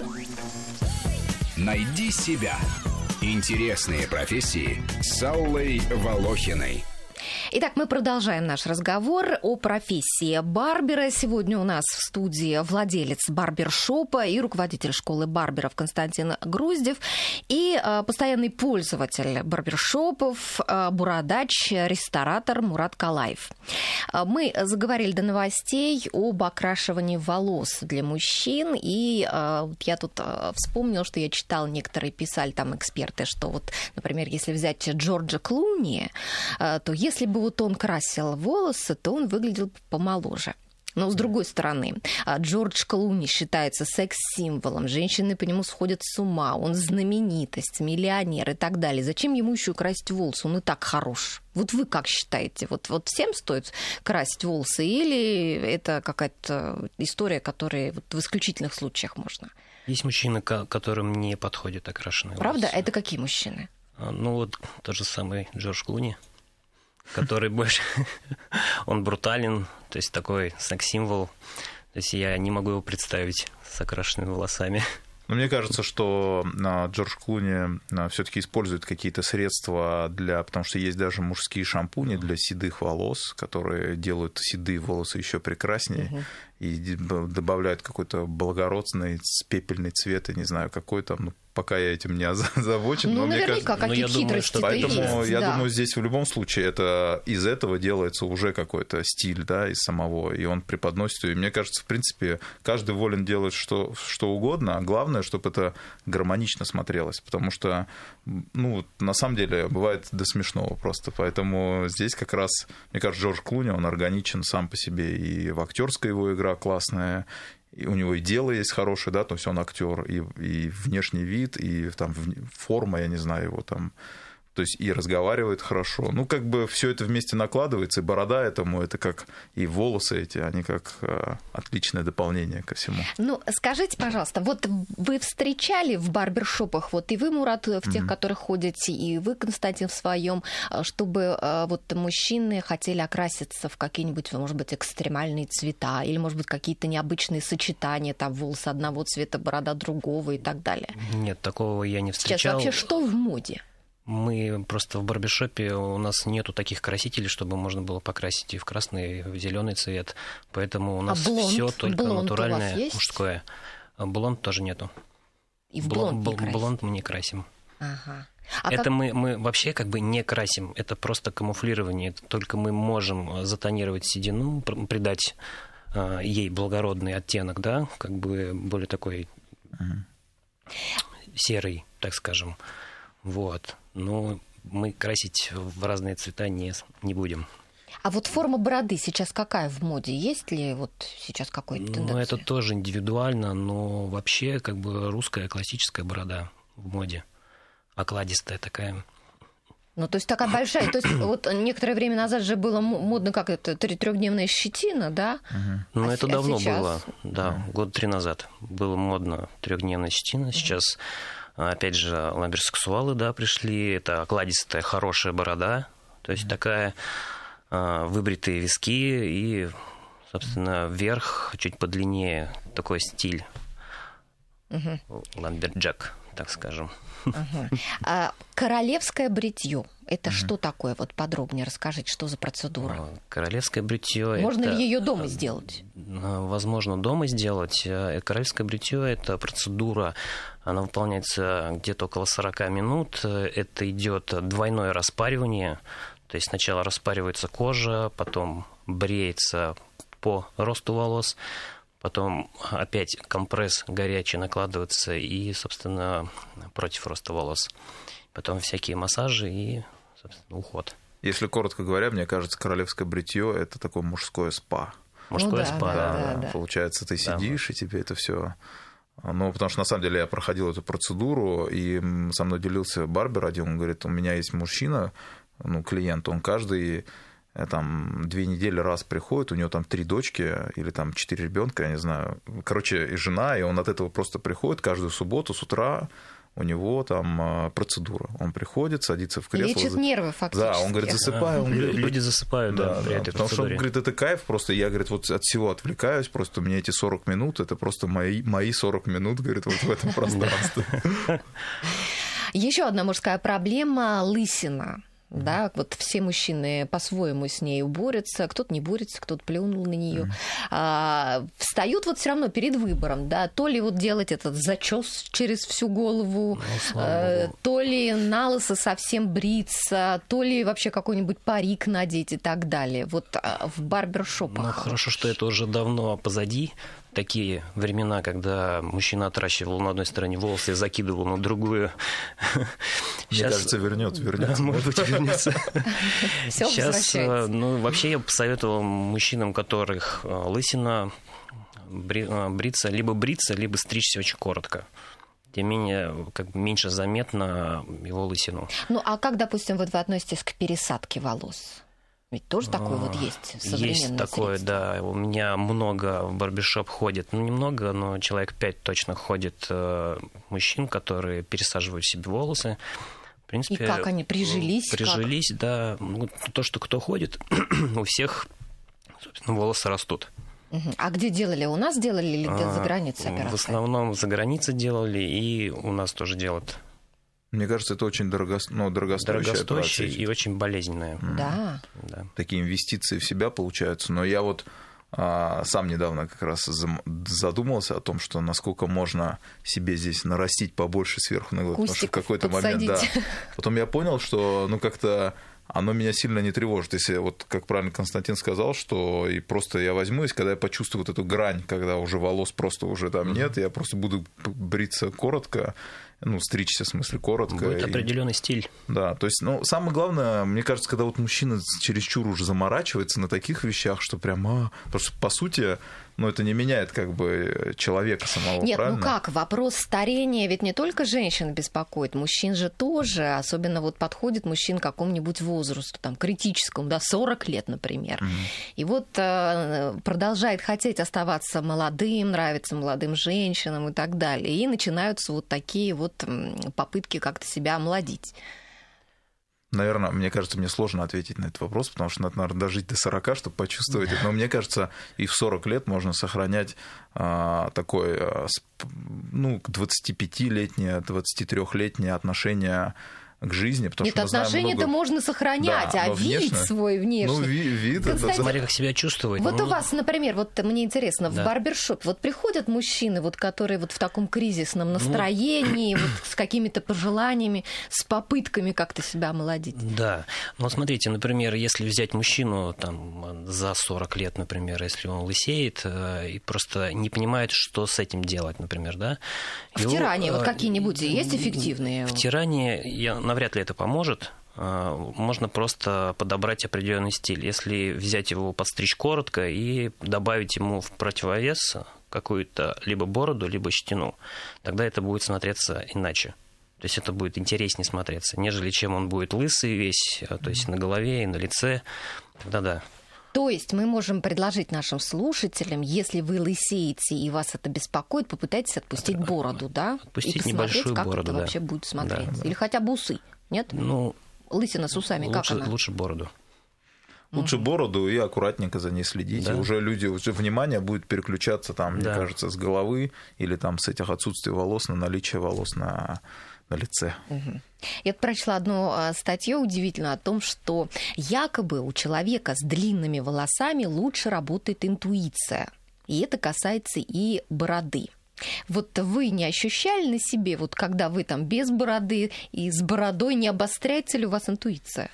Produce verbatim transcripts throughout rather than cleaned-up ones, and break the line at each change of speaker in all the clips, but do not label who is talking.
Найди себя. Интересные профессии с Аллой Волохиной.
Итак, мы продолжаем наш разговор о профессии барбера. Сегодня у нас в студии владелец барбершопа и руководитель школы барберов Константин Груздев и э, постоянный пользователь барбершопов, э, бородач, ресторатор Мурат Калаев. Мы заговорили до новостей об окрашивании волос для мужчин, и э, я тут э, вспомнила, что я читала, некоторые писали там эксперты, что вот, например, если взять Джорджа Клуни, э, то если бы вот он красил волосы, то он выглядел помоложе. Но, с другой стороны, Джордж Клуни считается секс-символом, женщины по нему сходят с ума, он знаменитость, миллионер и так далее. Зачем ему еще красить волосы? Он и так хорош. Вот вы как считаете? Вот, вот всем стоит красить волосы или это какая-то история, которая вот в исключительных случаях можно?
Есть мужчины, которым не подходят окрашенные
Правда?
волосы.
Это какие мужчины?
Ну, вот тот же самый Джордж Клуни, который больше, он брутален, то есть такой секс-символ. То есть я не могу его представить с окрашенными волосами.
Но мне кажется, что Джордж Клуни все-таки использует какие-то средства для, потому что есть даже мужские шампуни для седых волос, которые делают седые волосы еще прекраснее. Uh-huh. И добавляют какой-то благородный пепельный цвет, я не знаю, какой там, ну, пока я этим не озабочен.
Ну,
но
наверняка,
мне
какие-то хитрости.
Поэтому
есть,
я
да.
думаю, здесь в любом случае это из этого делается уже какой-то стиль, да, из самого, и он преподносит ее. И мне кажется, в принципе, каждый волен делать что, что угодно, а главное, чтобы это гармонично смотрелось, потому что, ну, на самом деле, бывает до смешного просто. Поэтому здесь как раз, мне кажется, Джордж Клуни, он органичен сам по себе, и в актерская его игра классная, и у него и дело есть хорошее, да, то есть он актер, и, и внешний вид, и там форма, я не знаю, его там, то есть и разговаривает хорошо. Ну, как бы все это вместе накладывается, и борода этому, это как и волосы эти, они как э, отличное дополнение ко всему.
Ну, скажите, пожалуйста, вот вы встречали в барбершопах, вот и вы, Мурат, в тех, mm-hmm. которых ходите, и вы, Константин, в своем, чтобы э, вот мужчины хотели окраситься в какие-нибудь, может быть, экстремальные цвета, или, может быть, какие-то необычные сочетания, там, волосы одного цвета, борода другого и так далее?
Нет, такого я не встречал.
Сейчас вообще что в моде?
Мы просто в барбершопе, у нас нету таких красителей, чтобы можно было покрасить и в красный, и в зеленый цвет. Поэтому у нас
а
все только
блонд
натуральное,
у вас есть?
мужское. А блонд тоже нету.
И в блонд,
блонд,
не
блонд мы не красим.
Ага. А
это
как...
мы, мы вообще как бы не красим. Это просто камуфлирование. Это только мы можем затонировать седину, придать э, ей благородный оттенок, да, как бы более такой uh-huh. серый, так скажем. Вот. Но мы красить в разные цвета не, не будем.
А вот форма бороды сейчас какая в моде? Есть ли вот сейчас какой-то тенденция?
Ну, это тоже индивидуально, но вообще как бы русская классическая борода в моде. Окладистая такая.
Ну, то есть такая большая. То есть вот некоторое время назад же было модно, как это, трехдневная щетина, да?
Угу. Ну, а это а давно
сейчас?
было. Да, угу. Года три назад было модно трехдневная щетина. Угу. Сейчас... Опять же, ламберсексуалы, да, пришли. Это окладистая, хорошая борода. То есть mm-hmm. такая э, выбритые виски и, собственно, вверх чуть подлиннее такой стиль. Mm-hmm. Ламберджек, так скажем.
Uh-huh. А королевское бритье — это uh-huh. что такое? Вот подробнее расскажите, что за процедура?
Королевское бритье.
Можно
это...
ли ее дома сделать?
Возможно, дома сделать. Королевское бритье — это процедура, она выполняется где-то около сорок минут. Это идет двойное распаривание. То есть сначала распаривается кожа, потом бреется по росту волос, потом опять компресс горячий накладывается и, собственно, против роста волос. Потом всякие массажи и, собственно, уход.
Если коротко говоря, мне кажется, королевское бритье — это такое мужское спа.
Мужское
ну, да,
спа,
да,
да.
да, да.
Получается, ты сидишь,
да.
и тебе это все. Ну, потому что, на самом деле, я проходил эту процедуру, и со мной делился барбер один, он говорит, у меня есть мужчина, ну, клиент, он каждый... там две недели раз приходит, у него там три дочки или там четыре ребенка, я не знаю. Короче, и жена, и он от этого просто приходит каждую субботу с утра, у него там процедура. Он приходит, садится в кресло.
Лечит нервы фактически.
Да, он говорит, засыпай. Он говорит,
люди засыпают, да,
да,
при
да,
этой
потому что он
процедуре.
говорит, это кайф, просто я, говорит, вот от всего отвлекаюсь, просто мне эти сорок минут, это просто мои, мои сорок минут, говорит, вот в этом пространстве.
Еще одна мужская проблема – лысина. Да, вот все мужчины по-своему с ней борются, кто-то не борется, кто-то плюнул на нее. Mm. А, встают вот все равно перед выбором, да, то ли вот делать этот зачес через всю голову, ну, а, то ли на лысо совсем бриться, то ли вообще какой-нибудь парик надеть и так далее. Вот а, в барбершопах.
Ну, хорошо, что это уже давно позади. Такие времена, когда мужчина отращивал на одной стороне волосы и закидывал на другую.
Мне Сейчас... кажется, вернется, вернется.
Да, может быть, вернется.
Все
Сейчас, ну, вообще я посоветовал мужчинам, у которых лысина, бриться, либо бриться, либо стричься очень коротко. Тем не менее, как бы меньше заметно его лысину.
Ну, а как, допустим, вот вы относитесь к пересадке волос? Ведь тоже такое вот есть современное
Есть такое,
средство.
да. У меня много в барбершоп ходит, ну, немного, но человек пять точно ходит э, мужчин, которые пересаживают себе волосы. В принципе,
и как они прижились?
Прижились, как? Да. Ну, то, что кто ходит, у всех, собственно, волосы растут.
А где делали? У нас делали или где-то
а,
за границей операция?
В основном за границей делали, и у нас тоже делают.
Мне кажется, это очень дорого, ну, дорогостоящая
Дорогостоящая
операция.
И очень болезненная.
Да.
да.
Такие инвестиции в себя получаются. Но я вот а, сам недавно как раз задумался о том, что насколько можно себе здесь нарастить побольше сверху на голову. Потому что в какой-то момент, да. Потом я понял, что ну как-то оно меня сильно не тревожит. Если, вот как правильно Константин сказал, что и просто я возьмусь, когда я почувствую вот эту грань, когда уже волос просто уже там нет, я просто буду бриться коротко, ну, стричься, в смысле, коротко.
Будет
и...
определенный стиль.
Да, то есть, ну, самое главное, мне кажется, когда вот мужчина чересчур уже заморачивается на таких вещах, что прям, а... потому что, по сути, ну, это не меняет как бы человека самого,
Нет,
правильно?
ну как, вопрос старения ведь не только женщин беспокоит, мужчин же тоже, особенно вот подходит мужчин к какому-нибудь возрасту, там, критическому, да, сорок лет, например. Mm-hmm. И вот э, продолжает хотеть оставаться молодым, нравится молодым женщинам и так далее. И начинаются вот такие вот попытки как-то себя омолодить.
Наверное, мне кажется, мне сложно ответить на этот вопрос, потому что надо, наверное, дожить до сорока, чтобы почувствовать это. Но мне кажется, и в сорок лет можно сохранять а, такое, ну, двадцатипятилетнее, двадцатитрёхлетнее отношение к жизни. Потому
Нет,
что
отношения-то
много...
можно сохранять,
да,
а вид
внешне...
свой внешний.
Ну, ви- вид это...
Смотри, как себя чувствует.
Вот
ну...
у вас, например, вот мне интересно,
да.
в барбершоп вот приходят мужчины, вот, которые вот в таком кризисном настроении, ну... вот, с какими-то пожеланиями, с попытками как-то себя омолодить.
Да. Ну, смотрите, например, если взять мужчину там, за сорок лет, например, если он лысеет и просто не понимает, что с этим делать, например, да?
Втирания вот какие-нибудь есть эффективные?
Втирание, я, навряд ли это поможет. Можно просто подобрать определенный стиль. Если взять его, подстричь коротко и добавить ему в противовес какую-то либо бороду, либо щетину, тогда это будет смотреться иначе. То есть это будет интереснее смотреться, нежели чем он будет лысый весь, то есть на голове и на лице. Тогда да.
То есть мы можем предложить нашим слушателям, если вы лысеете и вас это беспокоит, попытайтесь отпустить бороду, да?
Отпустить
и посмотреть,
небольшую
как
бороду,
это
да.
вообще будет смотреться.
Да, да.
Или хотя бы усы, нет?
Ну,
лысина с усами,
лучше,
как она?
Лучше бороду.
Лучше бороду и аккуратненько за ней следить. Да. И уже люди, уже внимание будет переключаться, там, да. мне кажется, с головы или там с этих отсутствия волос на наличие волос на, на лице.
Угу. Я прочла одну статью удивительную о том, что якобы у человека с длинными волосами лучше работает интуиция. И это касается и бороды. Вот вы не ощущали на себе, вот когда вы там без бороды и с бородой, не обостряется ли у вас интуиция?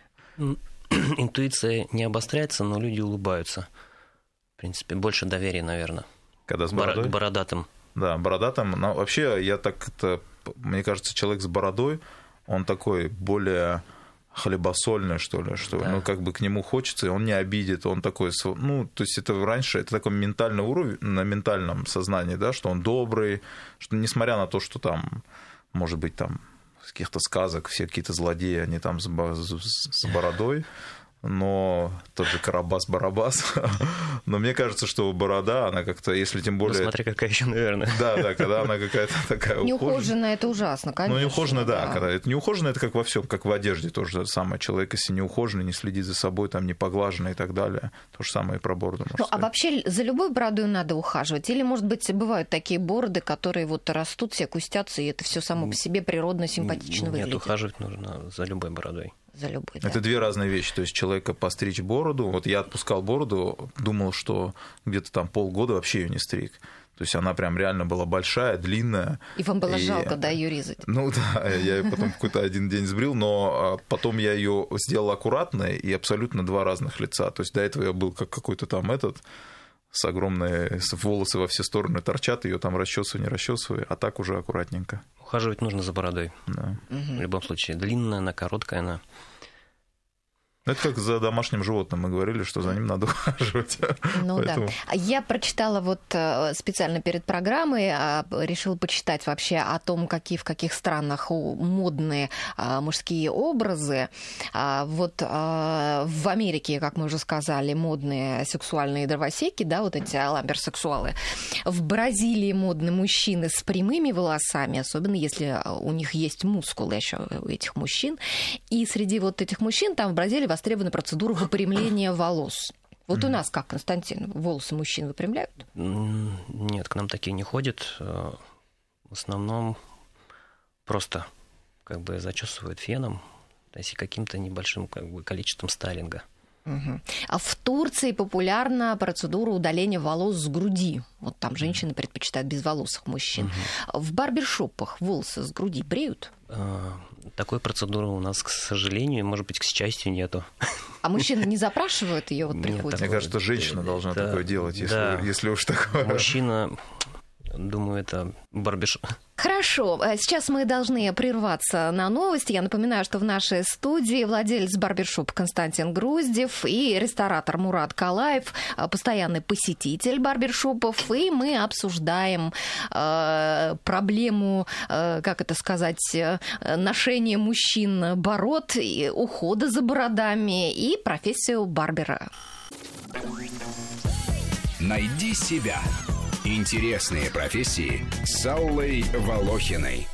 Интуиция не обостряется, но люди улыбаются. В принципе, больше доверия, наверное.
Когда с бородой?
К бородатым.
Да, бородатым. Но вообще, я так это... Мне кажется, человек с бородой, он такой более хлебосольный, что ли, что да. ну, как бы к нему хочется, и он не обидит, он такой, ну, то есть это раньше, это такой ментальный уровень, на ментальном сознании, да, что он добрый, что несмотря на то, что там, может быть, там, с каких-то сказок все какие-то злодеи, они там с бородой, но тот же Карабас-Барабас. Но мне кажется, что борода, она как-то, если тем более...
Ну, смотри, какая еще, наверное.
Да, да, когда она какая-то такая ухоженная.
Неухоженная, это ужасно, конечно.
Ну, неухоженная, да. да. Когда это неухоженная, это как во всем, как в одежде то же самое. Человек, если неухоженный, не следит за собой, там, не поглаженный и так далее, то же самое и про бороду.
Ну, а вообще за любой бородой надо ухаживать? Или, может быть, бывают такие бороды, которые вот растут, все кустятся, и это все само по себе природно, симпатично
Нет,
выглядит?
Нет, ухаживать нужно за любой бородой.
За любой, да.
Это две разные вещи. То есть человека постричь бороду. Вот я отпускал бороду, думал, что где-то там полгода вообще ее не стриг. То есть она прям реально была большая, длинная.
И вам было
и...
жалко, да, ее резать?
Ну да, я ее потом какой-то один день сбрил, но потом я ее сделал аккуратной и абсолютно два разных лица. То есть до этого я был как какой-то там этот... с огромной, волосы во все стороны торчат, ее там расчесывай, не расчесывай, а так уже аккуратненько.
Ухаживать нужно за бородой.
Да.
В любом случае, длинная она, короткая она.
Это как за домашним животным. Мы говорили, что за ним надо ухаживать.
Ну
Поэтому...
да. Я прочитала вот специально перед программой, решила почитать вообще о том, какие в каких странах модные мужские образы. Вот в Америке, как мы уже сказали, модные сексуальные дровосеки, да, вот эти ламберсексуалы. В Бразилии модные мужчины с прямыми волосами, особенно если у них есть мускулы еще у этих мужчин. И среди вот этих мужчин там в Бразилии востребована процедура выпрямления волос. Вот у нас как, Константин, волосы мужчин выпрямляют?
Нет, к нам такие не ходят. В основном просто как бы зачесывают феном, то есть каким-то небольшим как бы количеством стайлинга.
Угу. А в Турции популярна процедура удаления волос с груди. Вот там женщины предпочитают безволосых мужчин. Угу. В барбершопах волосы с груди бреют?
Такой процедуры у нас, к сожалению, может быть, к счастью, нету.
А мужчины не запрашивают ее, вот приходят?
Мне кажется, женщина должна
да,
такое делать, если,
да.
если уж такое.
Мужчина, думаю, это барбершоп.
Хорошо, сейчас мы должны прерваться на новости. Я напоминаю, что в нашей студии владелец барбершопа Константин Груздев и ресторатор Мурат Калаев, постоянный посетитель барбершопов, и мы обсуждаем э, проблему, э, как это сказать, ношения мужчин бород, ухода за бородами и профессию барбера.
Найди себя. Интересные профессии с Аллой Волохиной.